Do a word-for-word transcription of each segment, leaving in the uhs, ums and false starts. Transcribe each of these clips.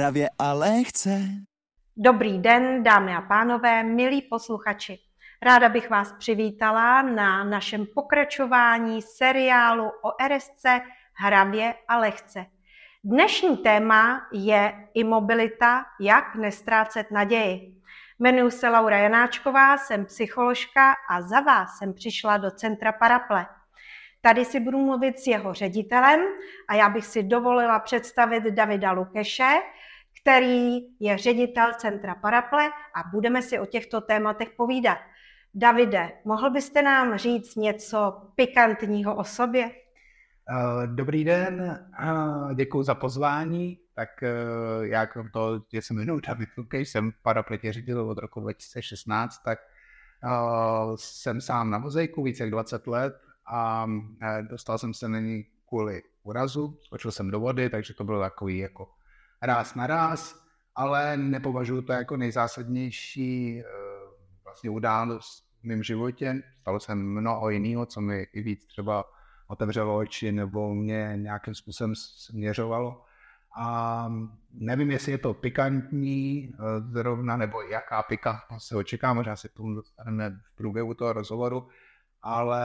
Hravě a lehce. Dobrý den, dámy a pánové, milí posluchači. Ráda bych vás přivítala na našem pokračování seriálu o er es cé Hravě a lehce. Dnešní téma je imobilita, jak nestrácet naději. Jmenuji se Laura Janáčková, jsem psycholožka a za vás jsem přišla do Centra Paraple. Tady si budu mluvit s jeho ředitelem a já bych si dovolila představit Davida Lukeše, který je ředitel Centra Paraple a budeme si o těchto tématech povídat. Davide, mohl byste nám říct něco pikantního o sobě? Dobrý den, děkuji za pozvání. Tak já krom toho, že se jmenuji David Lukeš, jsem parapletě ředitel od roku dva tisíce šestnáct, tak jsem sám na vozejku více jak dvacet let a dostal jsem se na ní kvůli úrazu, skočil jsem do vody, takže to bylo takový jako ráz na ráz, ale nepovažuji to jako nejzásadnější vlastně událost v mém životě. Stalo se mnoho jiného, co mi i víc třeba otevřelo oči nebo mě nějakým způsobem směřovalo. A nevím, jestli je to pikantní zrovna, nebo jaká pika se očeká, možná se k tomu dostaneme v průběhu toho rozhovoru, ale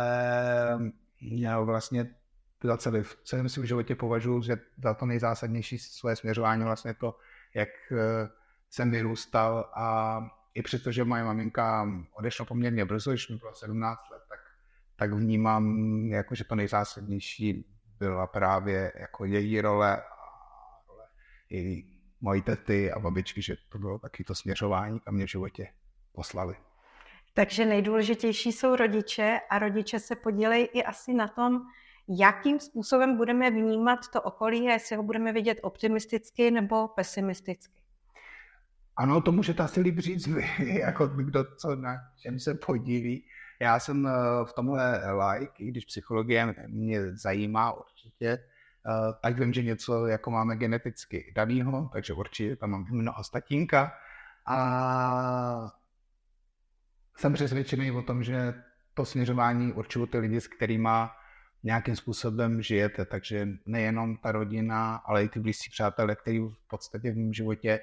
já vlastně za celý, v celém svém životě považuji, že za to nejzásadnější svoje směřování vlastně to, jak jsem vyrůstal, a i přesto, že moje maminka odešla poměrně brzo, když mi bylo sedmnáct let, tak, tak vnímám, jako, že to nejzásadnější byla právě jako její role a role i mojí tety a babičky, že to bylo taky to směřování, kam mě v životě poslali. Takže nejdůležitější jsou rodiče a rodiče se podílejí i asi na tom, jakým způsobem budeme vnímat to okolí a jestli ho budeme vidět optimisticky nebo pesimisticky. Ano, to můžete asi líp říct vy, jako kdo co na čem se podílí. Já jsem v tomhle like, i když psychologie mě zajímá určitě, tak vím, že něco jako máme geneticky danýho, takže určitě tam mám mnoho z tatínka. A jsem přesvědčený o tom, že to směřování určují ty lidi, s kterými nějakým způsobem žijete, takže nejenom ta rodina, ale i ty blízcí přátelé, který v podstatě v mém životě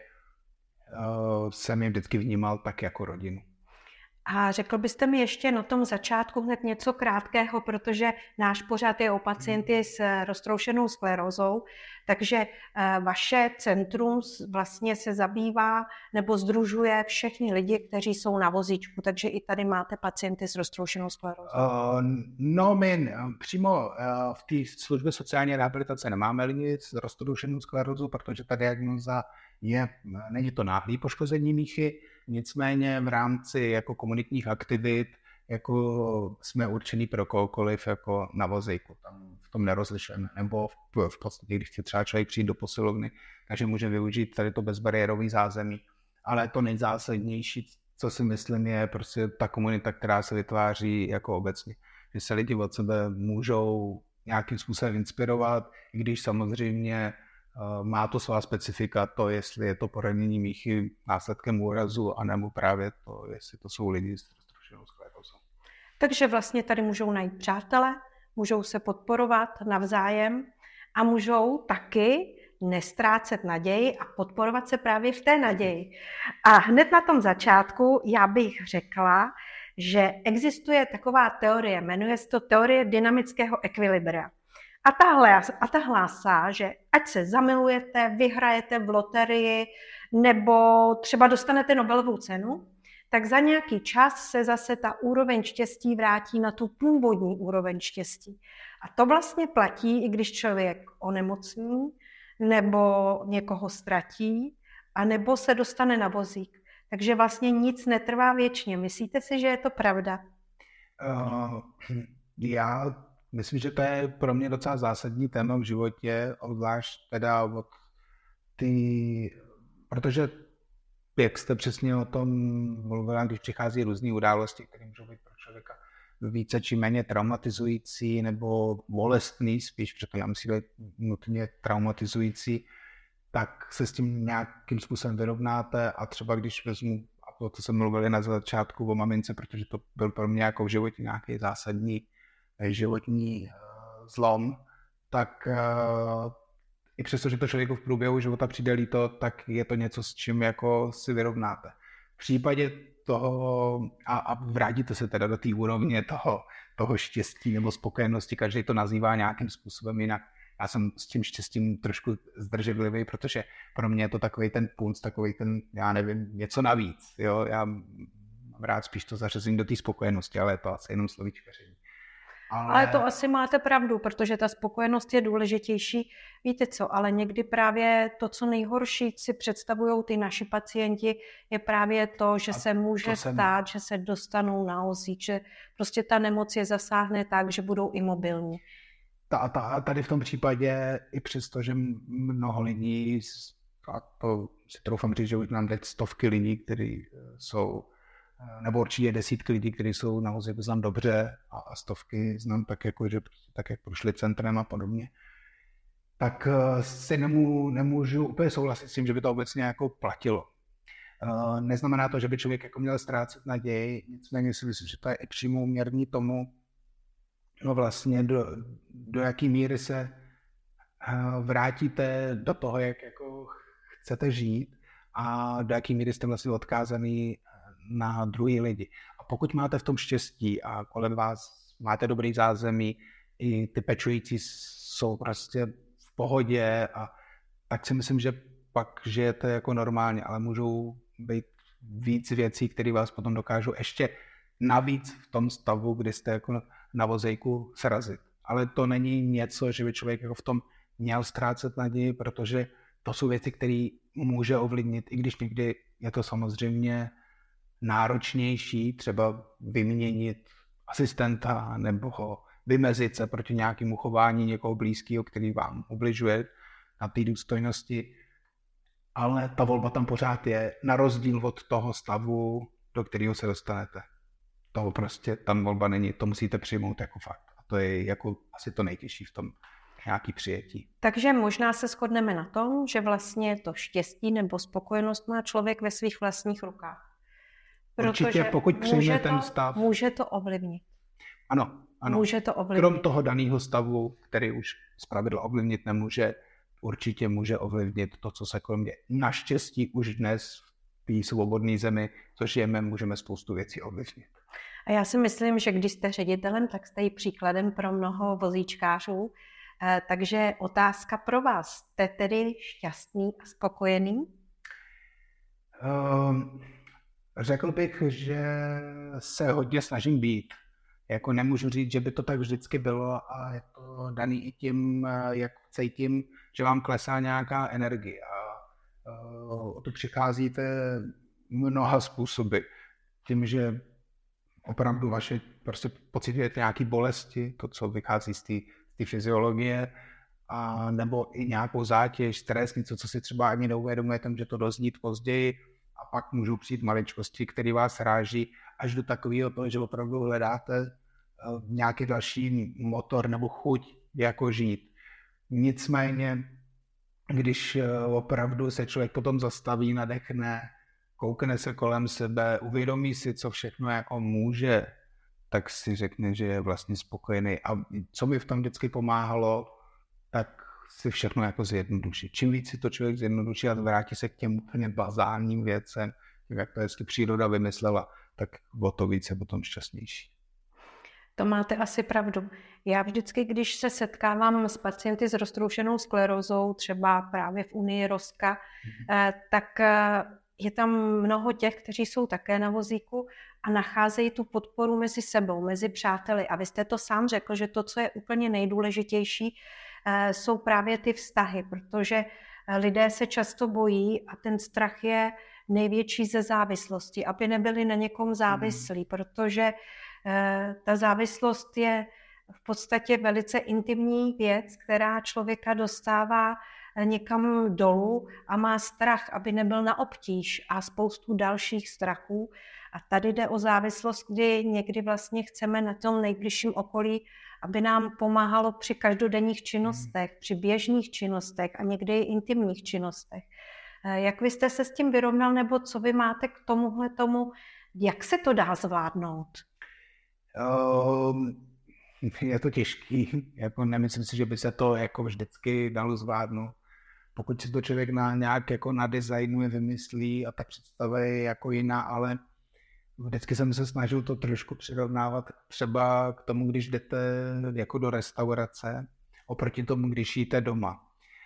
uh, jsem je vždycky vnímal tak jako rodinu. A řekl byste mi ještě na tom začátku hned něco krátkého, protože náš pořad je o pacienty s roztroušenou sklerózou, takže vaše centrum vlastně se zabývá nebo sdružuje všechny lidi, kteří jsou na vozíčku, takže i tady máte pacienty s roztroušenou sklerózou. Uh, no, my přímo uh, v té službě sociální rehabilitace nemáme lidi s roztroušenou sklerózou, protože ta diagnóza je, není to náhlý poškození míchy, nicméně v rámci jako komunitních aktivit jako jsme určený pro kohokoliv jako na vozejku, tam v tom nerozlišujeme, nebo v, v podstatě, když chce třeba člověk přijít do posilovny, takže může využít tady to bezbariérový zázemí, ale to nejzásadnější, co si myslím, je prostě ta komunita, která se vytváří jako obecně, že se lidi od sebe můžou nějakým způsobem inspirovat, i když samozřejmě má to svá specifika, to jestli je to poranění míchy následkem úrazu, anebo právě to, jestli to jsou lidi s roztroušenou sklerózou. Takže vlastně tady můžou najít přátele, můžou se podporovat navzájem a můžou taky nestrácet naději a podporovat se právě v té naději. A hned na tom začátku já bych řekla, že existuje taková teorie, jmenuje se to teorie dynamického ekvilibria. A ta, hlás, a ta hlásá, že ať se zamilujete, vyhrajete v loterii nebo třeba dostanete Nobelovu cenu, tak za nějaký čas se zase ta úroveň štěstí vrátí na tu původní úroveň štěstí. A to vlastně platí, i když člověk onemocní, nebo někoho ztratí, a nebo se dostane na vozík. Takže vlastně nic netrvá věčně. Myslíte si, že je to pravda? Uh, já myslím, že to je pro mě docela zásadní téma v životě, obzvlášť teda od ty, protože jak jste přesně o tom mluvila, když přichází různé události, které můžou být pro člověka více či méně traumatizující nebo bolestný, spíš, protože já musí být nutně traumatizující, tak se s tím nějakým způsobem vyrovnáte. A třeba když vezmu, a to, co jsem mluvil na začátku o mamince, protože to byl pro mě jako v životě nějaký zásadní životní uh, zlom, tak uh, i přesto, že to člověku v průběhu života přijde líto, tak je to něco, s čím jako si vyrovnáte. V případě toho, a, a vrátíte se teda do té úrovně toho, toho štěstí nebo spokojenosti, každý to nazývá nějakým způsobem jinak. Já jsem s tím štěstím trošku zdrženlivý, protože pro mě je to takový ten punc, takový ten, já nevím, něco navíc. Jo? Já mám rád spíš to zařazení do té spokojenosti, ale je to asi jenom slovíčkaření. Ale... ale to asi máte pravdu, protože ta spokojenost je důležitější. Víte co, ale někdy právě to, co nejhorší si představují ty naši pacienti, je právě to, že A se může stát, jsem... že se dostanou na vozík, že prostě ta nemoc je zasáhne tak, že budou imobilní. Ta, ta, tady v tom případě, i přesto, že mnoho lidí, a to si troufám říct, že už nám teď stovky lidí, kteří jsou, nebo určitě desítky lidí, kteří jsou na vozíku, znám dobře, a stovky znám tak, jako, že tak, jak prošli centrem a podobně, tak si nemů, nemůžu úplně souhlasit s tím, že by to obecně jako platilo. Neznamená to, že by člověk jako měl ztrácet naději, nicméně si myslím, že to je i přímo úměrný tomu, no vlastně do, do jaký míry se vrátíte do toho, jak jako chcete žít a do jaký míry jste vlastně odkázaný na druhý lidi. A pokud máte v tom štěstí a kolem vás máte dobrý zázemí, i ty pečující jsou prostě v pohodě, a tak si myslím, že pak žijete jako normálně, ale můžou být víc věcí, které vás potom dokážou ještě navíc v tom stavu, kdy jste jako na vozejku srazit. Ale to není něco, že by člověk jako v tom měl ztrácet naději, protože to jsou věci, které může ovlivnit, i když někdy je to samozřejmě náročnější, třeba vyměnit asistenta nebo ho vymezit se proti nějakému chování někoho blízkého, který vám ubližuje na té důstojnosti. Ale ta volba tam pořád je, na rozdíl od toho stavu, do kterého se dostanete. To prostě tam volba není, to musíte přijmout jako fakt. A to je jako asi to nejtěžší v tom nějaký přijetí. Takže možná se shodneme na tom, že vlastně to štěstí nebo spokojenost má člověk ve svých vlastních rukách. Protože určitě, pokud přijme ten to, stav. Může to ovlivnit. Ano, ano. Může to ovlivnit. Krom toho daného stavu, který už zpravidla ovlivnit nemůže, určitě může ovlivnit to, co se kolem děje. Naštěstí už dnes v té svobodné zemi, co žijeme, můžeme spoustu věcí ovlivnit. A já si myslím, že když jste ředitelem, tak jste i příkladem pro mnoho vozíčkářů. Takže otázka pro vás. Jste tedy šťastný a spokojený? Um, řekl bych, že se hodně snažím být. Jako nemůžu říct, že by to tak vždycky bylo, a je to daný i tím, jak cítím, že vám klesá nějaká energie. A uh, o to přicházíte mnoha způsoby. Tím, že opravdu vaše, prostě pocitujete nějaké bolesti, to, co vychází z té fyziologie, a nebo i nějakou zátěž, stres, něco, co si třeba ani neuvědomujete, že to doznít později, a pak můžou přijít maličkosti, které vás ráží, až do takového toho, že opravdu hledáte nějaký další motor nebo chuť, jako žít. Nicméně, když opravdu se člověk potom zastaví, nadechne, koukne se kolem sebe, uvědomí si, co všechno jako může, tak si řekne, že je vlastně spokojený. A co mi v tom vždycky pomáhalo, tak si všechno jako zjednodušit. Čím víc si to člověk zjednoduší a vrátí se k těm úplně bazálním věcem, jak to hezky příroda vymyslela, tak o to víc je potom šťastnější. To máte asi pravdu. Já vždycky, když se setkávám s pacienty s roztroušenou sklerózou, třeba právě v Unii Roska, mm-hmm. tak je tam mnoho těch, kteří jsou také na vozíku a nacházejí tu podporu mezi sebou, mezi přáteli. A vy jste to sám řekl, že to, co je úplně nejdůležitější, jsou právě ty vztahy, protože lidé se často bojí a ten strach je největší ze závislosti, aby nebyli na někom závislí, protože ta závislost je v podstatě velice intimní věc, která člověka dostává někam dolů a má strach, aby nebyl na obtíž a spoustu dalších strachů. A tady jde o závislost, kdy někdy vlastně chceme na tom nejbližším okolí, aby nám pomáhalo při každodenních činnostech, při běžných činnostech a někdy i intimních činnostech. Jak vy jste se s tím vyrovnal, nebo co vy máte k tomuhle tomu, jak se to dá zvládnout? Um, je to těžký, jako nemyslím si, že by se to jako vždycky dalo zvládnout. pokud si to člověk na, nějak jako nadizajnuje, vymyslí a ta představa je jako jiná, ale vždycky jsem se snažil to trošku přirovnávat třeba k tomu, když jdete jako do restaurace, oproti tomu, když jíte doma.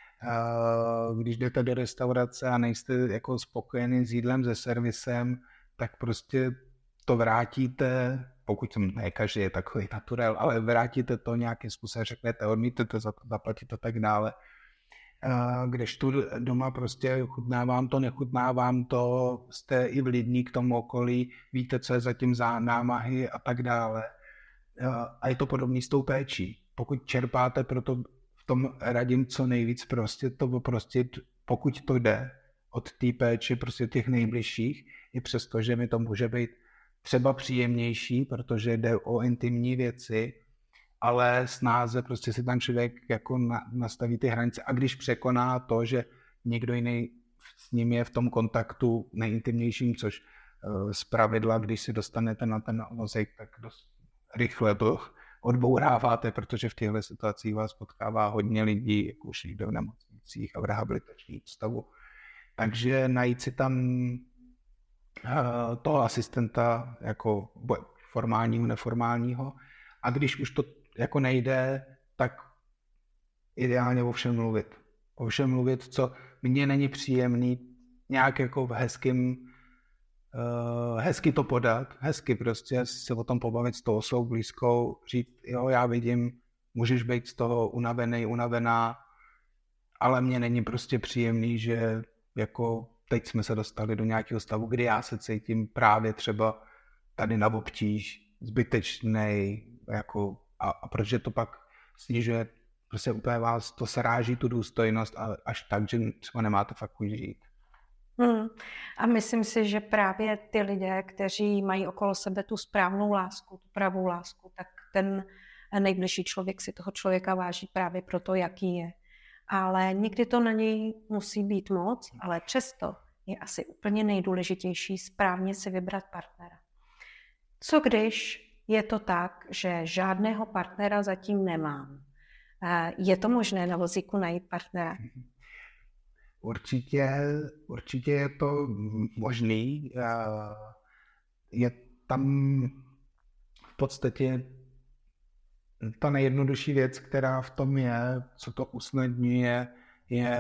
Když jdete do restaurace a nejste jako spokojený s jídlem, se servisem, tak prostě to vrátíte, pokud jsem, ne každý je takový naturel, ale vrátíte to nějakým způsobem, řeknete, odmítete za to, zaplatit a tak dále. Když tu doma prostě chutnávám to, nechutnávám to, jste i vlídní k tomu okolí, víte, co je zatím za námahy a tak dále. A je to podobný s tou péčí. Pokud čerpáte, proto v tom radím co nejvíc prostě to prostě, pokud to jde od té péči prostě těch nejbližších, i přesto, že mi to může být třeba příjemnější, protože jde o intimní věci, ale snáze prostě si tam člověk jako na, nastaví ty hranice a když překoná to, že někdo jiný s ním je v tom kontaktu nejintimnějším, což uh, z pravidla, když si dostanete na ten vozejk, tak dost rychle to odbouráváte, protože v těchto situacích vás potkává hodně lidí, jako už jde v nemocnicích a v rehabilitačním stavu. Takže najít si tam uh, toho asistenta jako formálního, neformálního a když už to jako nejde, tak ideálně o všem mluvit. O všem mluvit, co mně není příjemný, nějak jako v hezkým, uh, hezky to podat, hezky prostě se o tom pobavit s tou osobou blízkou, říct, jo, já vidím, můžeš být z toho unavený, unavená, ale mně není prostě příjemný, že jako teď jsme se dostali do nějakého stavu, kdy já se cítím právě třeba tady na obtíž, zbytečnej, jako A, a protože to pak snižuje, prostě úplně vás to sráží tu důstojnost a až tak, že třeba nemáte fakt chuť žít. Hmm. A myslím si, že právě ty lidé, kteří mají okolo sebe tu správnou lásku, tu pravou lásku, tak ten nejbližší člověk si toho člověka váží právě proto, jaký je. Ale někdy to na něj musí být moc, ale přesto je asi úplně nejdůležitější správně si vybrat partnera. Co když je to tak, že žádného partnera zatím nemám? Je to možné na vozíku najít partnera? Určitě, určitě je to možný. Je tam v podstatě ta nejjednodušší věc, která v tom je, co to usnadňuje, je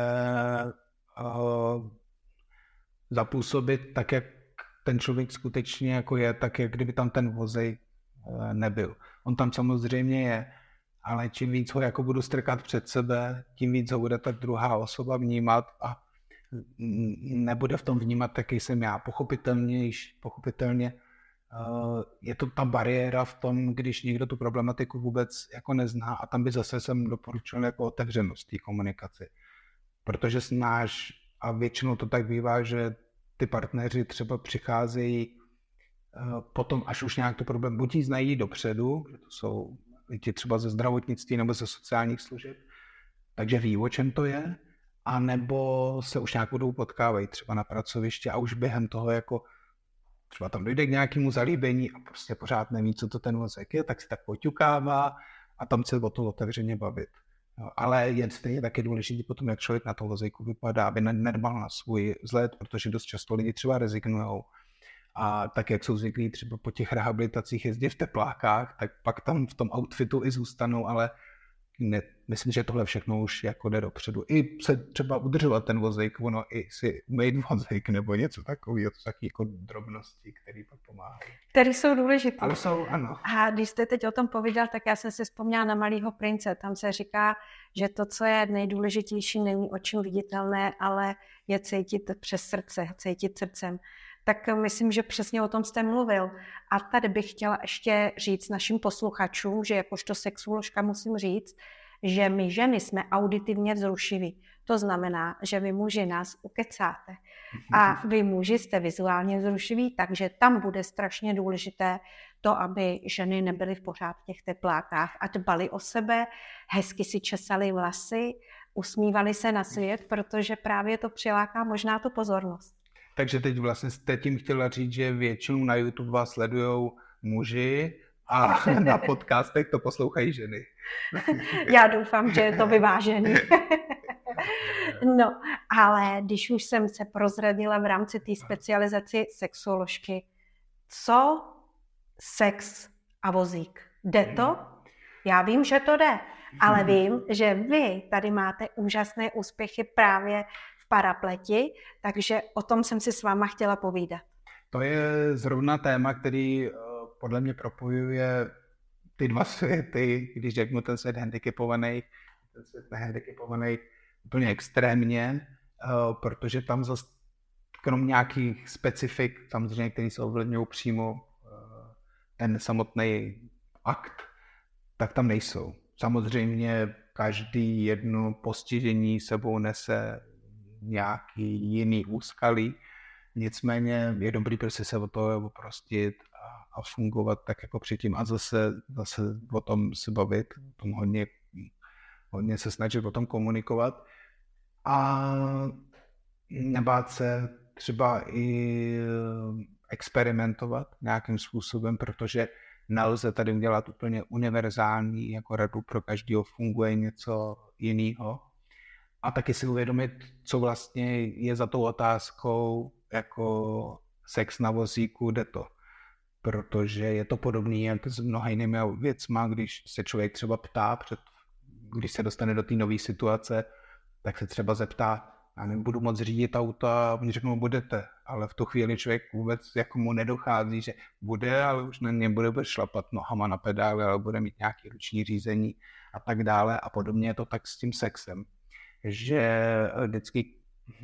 uh, zapůsobit tak, jak ten člověk skutečně jako je, tak jak kdyby tam ten vozej nebyl. On tam samozřejmě je, ale čím víc ho jako budu strkat před sebe, tím víc ho bude ta druhá osoba vnímat a nebude v tom vnímat, jaký jsem já. Pochopitelně, pochopitelně je to ta bariéra v tom, když někdo tu problematiku vůbec jako nezná a tam by zase jsem doporučil jako otevřenost té komunikaci. Protože snáš a většinou to tak bývá, že ty partneři třeba přicházejí potom, až už nějak to problém, buď ji znají dopředu, že to jsou lidi třeba ze zdravotnictví nebo ze sociálních služeb, takže ví, o čem to je, anebo se už nějak budou potkávají třeba na pracovišti a už během toho jako třeba tam dojde k nějakému zalíbení a prostě pořád neví, co to ten vozek je, tak si tak poťukává a tam se o to otevřeně bavit. No, ale je stejně taky důležité potom, jak člověk na tom vozejku vypadá, aby nedbal na svůj vzhled, protože dost často lidi třeba rezignujou. A tak, jak jsou zvyklí třeba po těch rehabilitacích jezdit v teplákách, tak pak tam v tom outfitu i zůstanou, ale ne, myslím, že tohle všechno už jako jde dopředu. I se třeba udržovat ten vozejk, ono i si umýt vozejk nebo něco takového, to jsou taky jako drobnosti, které pak pomáhají. Které jsou důležité. Ale jsou, ano. A když jste teď o tom povídal, tak já jsem si vzpomněla na Malýho prince. Tam se říká, že to, co je nejdůležitější, není očím viditelné, ale je cítit přes srdce, cítit srdcem. Tak myslím, že přesně o tom jste mluvil. A tady bych chtěla ještě říct našim posluchačům, že jakožto sexuoložka musím říct, že my ženy jsme auditivně vzrušiví. To znamená, že vy muži nás ukecáte. A vy muži jste vizuálně vzrušiví, takže tam bude strašně důležité to, aby ženy nebyly v pořád v těch teplákách a dbali o sebe, hezky si česali vlasy, usmívali se na svět, protože právě to přiláká možná tu pozornost. Takže teď vlastně jste tím chtěla říct, že většinou na YouTube vás sledujou muži a na podcastech to poslouchají ženy. Já doufám, že je to vyvážený. No, ale když už jsem se prozradila v rámci té specializace sexuoložky, co sex a vozík? Jde to? Já vím, že to jde, ale vím, že vy tady máte úžasné úspěchy právě v parapleti, takže o tom jsem si s váma chtěla povídat. To je zrovna téma, který podle mě propojuje ty dva světy, když řeknu ten svět handicapovaný, ten svět nehandicapovaný úplně extrémně, protože tam zase krom nějakých specifik, samozřejmě, který se ovlivňují přímo ten samotný akt, tak tam nejsou. Samozřejmě každý jedno postižení sebou nese nějaký jiný úskalí, nicméně je dobrý prostě se o to oprostit a, a fungovat tak jako předtím a zase, zase o tom se bavit, o tom hodně, hodně se snažit o tom komunikovat a nebát se třeba i experimentovat nějakým způsobem, protože nelze tady udělat úplně univerzální jako radu, pro každého funguje něco jiného. A taky si uvědomit, co vlastně je za tou otázkou jako sex na vozíku, jde to. Protože je to podobné jak s mnoha jinými věcma, když se člověk třeba ptá, před, když se dostane do té nové situace, tak se třeba zeptá, já nebudu moc řídit auto a oni řeknou, budete. Ale v tu chvíli člověk vůbec jako mu nedochází, že bude, ale už na ně bude šlapat nohama na pedály, ale bude mít nějaké ruční řízení a tak dále. A podobně je to tak s tím sexem, že vždycky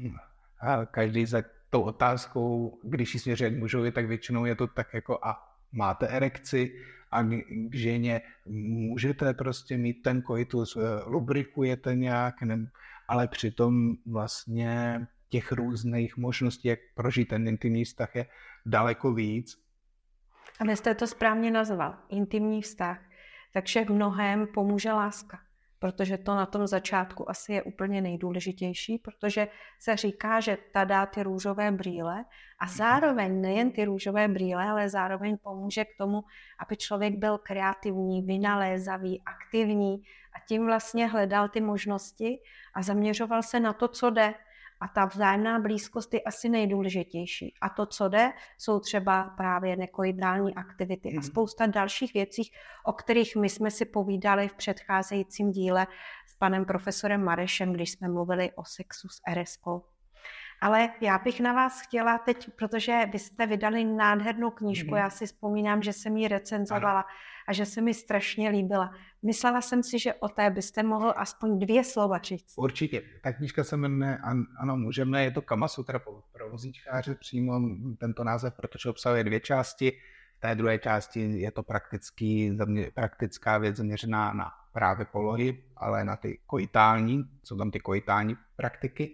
každý za tou otázkou, když ji směřuje k mužovi, tak většinou je to tak jako a máte erekci a k ženě můžete prostě mít ten koitus, lubrikujete nějak, ne, ale přitom vlastně těch různých možností, jak prožít ten intimní vztah, je daleko víc. A vy jste to správně nazval, intimní vztah. Takže v mnohém pomůže láska, protože to na tom začátku asi je úplně nejdůležitější, protože se říká, že ta dá ty růžové brýle a zároveň nejen ty růžové brýle, ale zároveň pomůže k tomu, aby člověk byl kreativní, vynalézavý, aktivní a tím vlastně hledal ty možnosti a zaměřoval se na to, co jde. A ta vzájemná blízkost je asi nejdůležitější. A to, co jde, jsou třeba právě nekoidální aktivity a spousta dalších věcí, o kterých my jsme si povídali v předcházejícím díle s panem profesorem Marešem, když jsme mluvili o sexu s ereskou. Ale já bych na vás chtěla teď, protože vy jste vydali nádhernou knížku, já si vzpomínám, že jsem ji recenzovala a že se mi strašně líbila. Myslela jsem si, že o té byste mohl aspoň dvě slova říct. Určitě. Ta knížka se jmenuje, ano, můžeme, je to Kama Sutra pro vozíčkáře, přímo tento název, protože obsahuje dvě části. V té druhé části je to praktický, praktická věc zaměřená na právě polohy, ale na ty koitální, jsou tam ty koitální praktiky.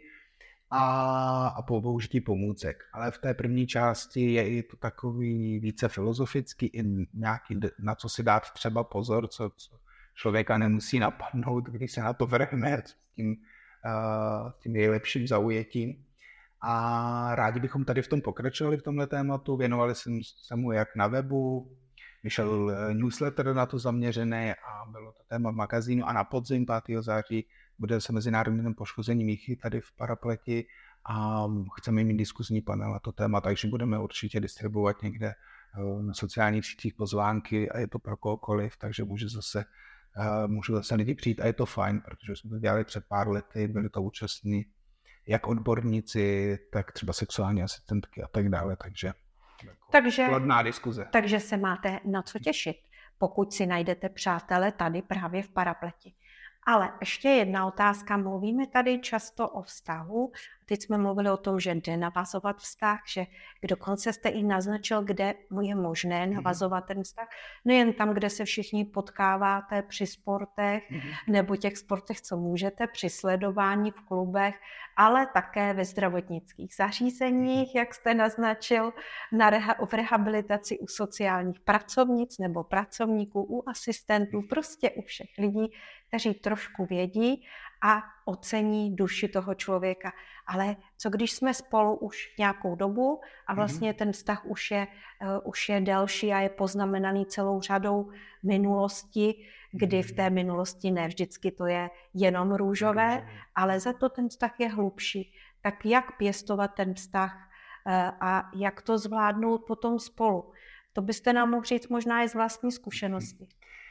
A, a po použití pomůcek. Ale v té první části je i to takový více filozofický, i nějaký, na co si dát třeba pozor, co, co člověka nemusí napadnout, když se na to vrhne s tím, uh, tím nejlepším zaujetím. A rádi bychom tady v tom pokračovali v tomhle tématu, věnovali jsme se mu jak na webu, vyšel newsletter na to zaměřený a bylo to téma v magazínu a na podzim pátého září bude se Mezinárodní den poškození míchy tady v Parapleti a chceme mít diskusní panel na to téma, takže budeme určitě distribuovat někde na sociálních sítích pozvánky a je to pro kohokoliv, takže může zase, můžu zase lidi přijít a je to fajn, protože jsme to dělali před pár lety, byli to účastní jak odborníci, tak třeba sexuální asistentky a tak dále, takže, jako takže plodná diskuze. Takže se máte na co těšit, pokud si najdete přátele tady právě v Parapleti. Ale ještě jedna otázka. Mluvíme tady často o vztahu. Teď jsme mluvili o tom, že jde navazovat vztah, že dokonce jste i naznačil, kde je možné navazovat ten vztah. Nejen tam, kde se všichni potkáváte při sportech, mm-hmm. nebo těch sportech, co můžete, při sledování v klubech, ale také ve zdravotnických zařízeních, jak jste naznačil, na reha- v rehabilitaci u sociálních pracovnic nebo pracovníků, u asistentů, prostě u všech lidí, kteří trošku vědí a ocení duši toho člověka. Ale co když jsme spolu už nějakou dobu a vlastně ten vztah už je, uh, už je delší a je poznamenaný celou řadou minulosti, kdy v té minulosti ne vždycky to je jenom růžové, ale za to ten vztah je hlubší. Tak jak pěstovat ten vztah uh, a jak to zvládnout potom spolu? To byste nám mohli říct možná i z vlastní zkušenosti.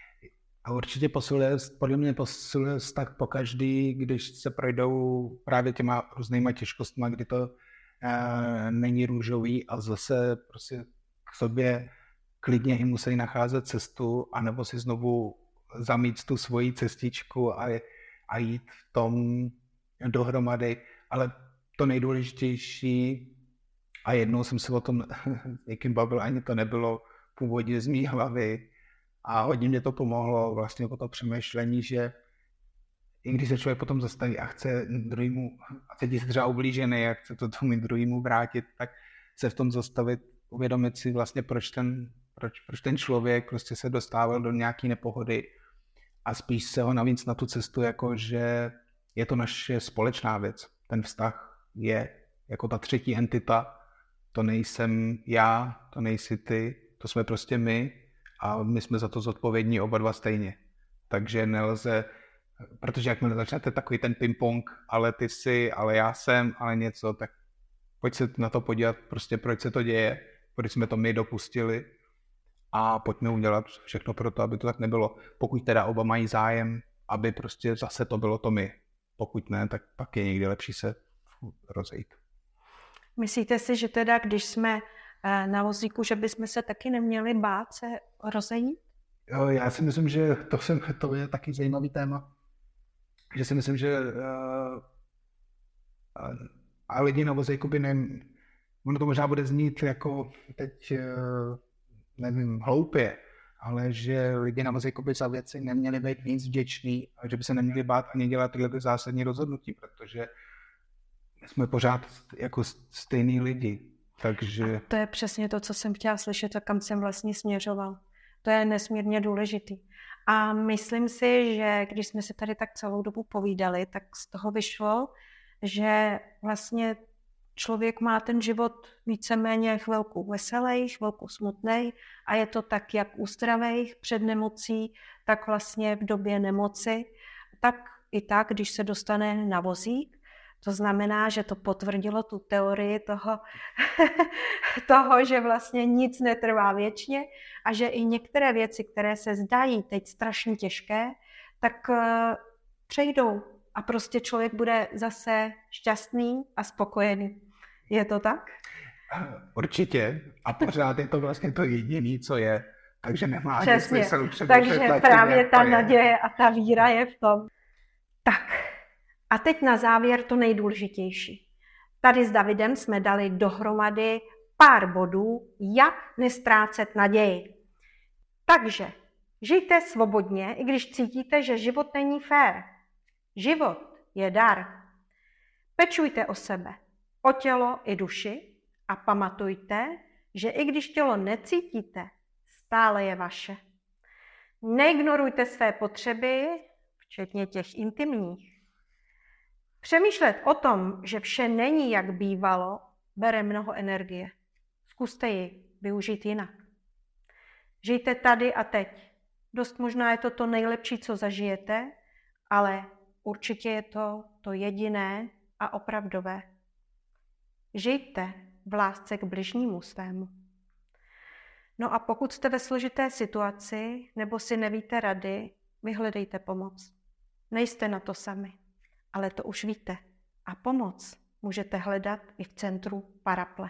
A určitě posiluje, podle mě posiluje vztah po každý, když se projdou právě těma různýma těžkostma, kdy to e, není růžový a zase prostě k sobě klidně i musí nacházet cestu, anebo si znovu zamít tu svoji cestičku a, a jít v tom dohromady. Ale to nejdůležitější, a jednou jsem se o tom s někým bavil, ani to nebylo původně z mý hlavy, a hodně mě to pomohlo vlastně po to přemýšlení, že i když se člověk potom zastaví a chce druhýmu, a cítí se třeba ublížený a chce to tomu druhýmu vrátit, tak se v tom zastavit, uvědomit si vlastně, proč ten, proč, proč ten člověk prostě se dostával do nějaké nepohody a spíš se ho navíc na tu cestu, jako že je to naše společná věc. Ten vztah je jako ta třetí entita, to nejsem já, to nejsi ty, to jsme prostě my, a my jsme za to zodpovědní oba dva stejně. Takže nelze, protože jakmile začnete takový ten ping-pong, ale ty jsi, ale já jsem, ale něco, tak pojď se na to podívat, prostě proč se to děje, proč jsme to my dopustili a pojďme udělat všechno pro to, aby to tak nebylo. Pokud teda oba mají zájem, aby prostě zase to bylo to my. Pokud ne, tak pak je někdy lepší se rozejít. Myslíte si, že teda, když jsme na vozíku, že bychom se taky neměli bát se rozejít? Jo, já si myslím, že to, jsem, to je taky zajímavý téma. Že si myslím, že uh, a lidi na vozíku by ne... Ono to možná bude znít jako teď, uh, nevím, hloupě, ale že lidi na vozíku by za věci neměli být víc vděční a že by se neměli bát ani dělat tyhle zásadní rozhodnutí, protože jsme pořád jako stejný lidi. Takže... A to je přesně to, co jsem chtěla slyšet a kam jsem vlastně směřoval. To je nesmírně důležitý. A myslím si, že když jsme se tady tak celou dobu povídali, tak z toho vyšlo, že vlastně člověk má ten život víceméně chvilku veselý, chvilku smutnej a je to tak jak u zdravých před nemocí, tak vlastně v době nemoci, tak i tak, když se dostane na vozík. To znamená, že to potvrdilo tu teorii toho, toho, že vlastně nic netrvá věčně a že i některé věci, které se zdají teď strašně těžké, tak uh, přejdou a prostě člověk bude zase šťastný a spokojený. Je to tak? Určitě. A pořád je to vlastně to jediné, co je. Takže nemá ani Přesně. smysl před Takže právě ta naděje a ta víra je v tom. Tak. A teď na závěr to nejdůležitější. Tady s Davidem jsme dali dohromady pár bodů, jak nestrácet naději. Takže žijte svobodně, i když cítíte, že život není fér. Život je dar. Pečujte o sebe, o tělo i duši a pamatujte, že i když tělo necítíte, stále je vaše. Neignorujte své potřeby, včetně těch intimních. Přemýšlet o tom, že vše není, jak bývalo, bere mnoho energie. Zkuste ji využít jinak. Žijte tady a teď. Dost možná je to to nejlepší, co zažijete, ale určitě je to to jediné a opravdové. Žijte v lásce k bližnímu svému. No a pokud jste ve složité situaci nebo si nevíte rady, vyhledejte pomoc. Nejste na to sami. Ale to už víte. A pomoc můžete hledat i v centru Paraple.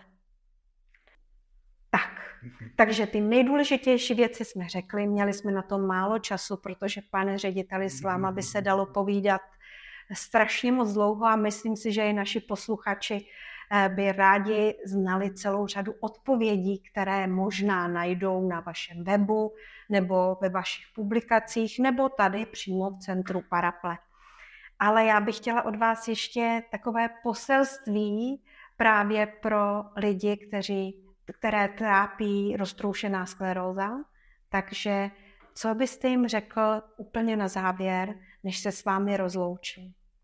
Tak, takže ty nejdůležitější věci jsme řekli, měli jsme na to málo času, protože, pane řediteli, s váma by se dalo povídat strašně moc dlouho a myslím si, že i naši posluchači by rádi znali celou řadu odpovědí, které možná najdou na vašem webu nebo ve vašich publikacích nebo tady přímo v centru Paraple. Ale já bych chtěla od vás ještě takové poselství právě pro lidi, kteří, které trápí roztroušená skleróza. Takže co byste jim řekl úplně na závěr, než se s vámi rozloučím?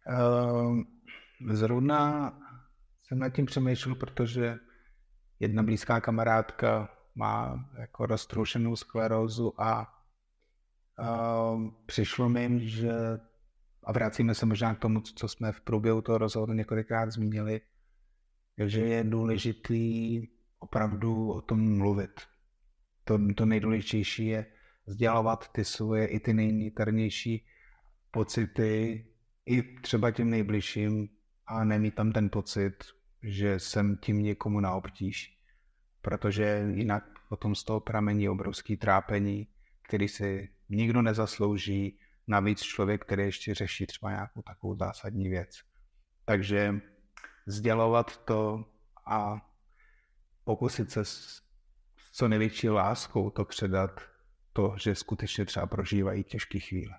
Uh, zrovna jsem nad tím přemýšlel, protože jedna blízká kamarádka má jako roztroušenou sklerózu a uh, přišlo mi, že, a vracíme se možná k tomu, co jsme v průběhu toho rozhovoru několikrát zmínili, že je důležitý opravdu o tom mluvit. To, to nejdůležitější je sdělovat ty svoje i ty nejniternější pocity i třeba těm nejbližším a nemít tam ten pocit, že jsem tím někomu na obtíž. Protože jinak potom z toho pramení obrovský trápení, který si nikdo nezaslouží, navíc člověk, který ještě řeší třeba nějakou takovou zásadní věc. Takže sdělovat to a pokusit se s co největší láskou to předat, to, že skutečně třeba prožívají těžké chvíle.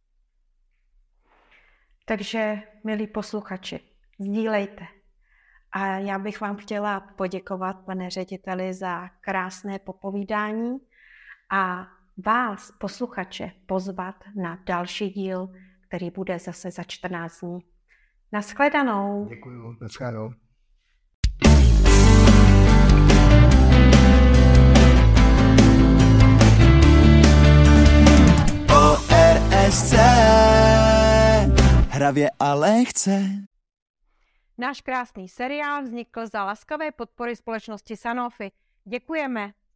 Takže, milí posluchači, sdílejte. A já bych vám chtěla poděkovat, pane řediteli, za krásné popovídání a vás, posluchače, pozvat na další díl, který bude zase za čtrnáct dní. Naschledanou. Děkuju, naschledanou. O R S C Hravě a lehce. Náš krásný seriál vznikl za laskavé podpory společnosti Sanofi. Děkujeme.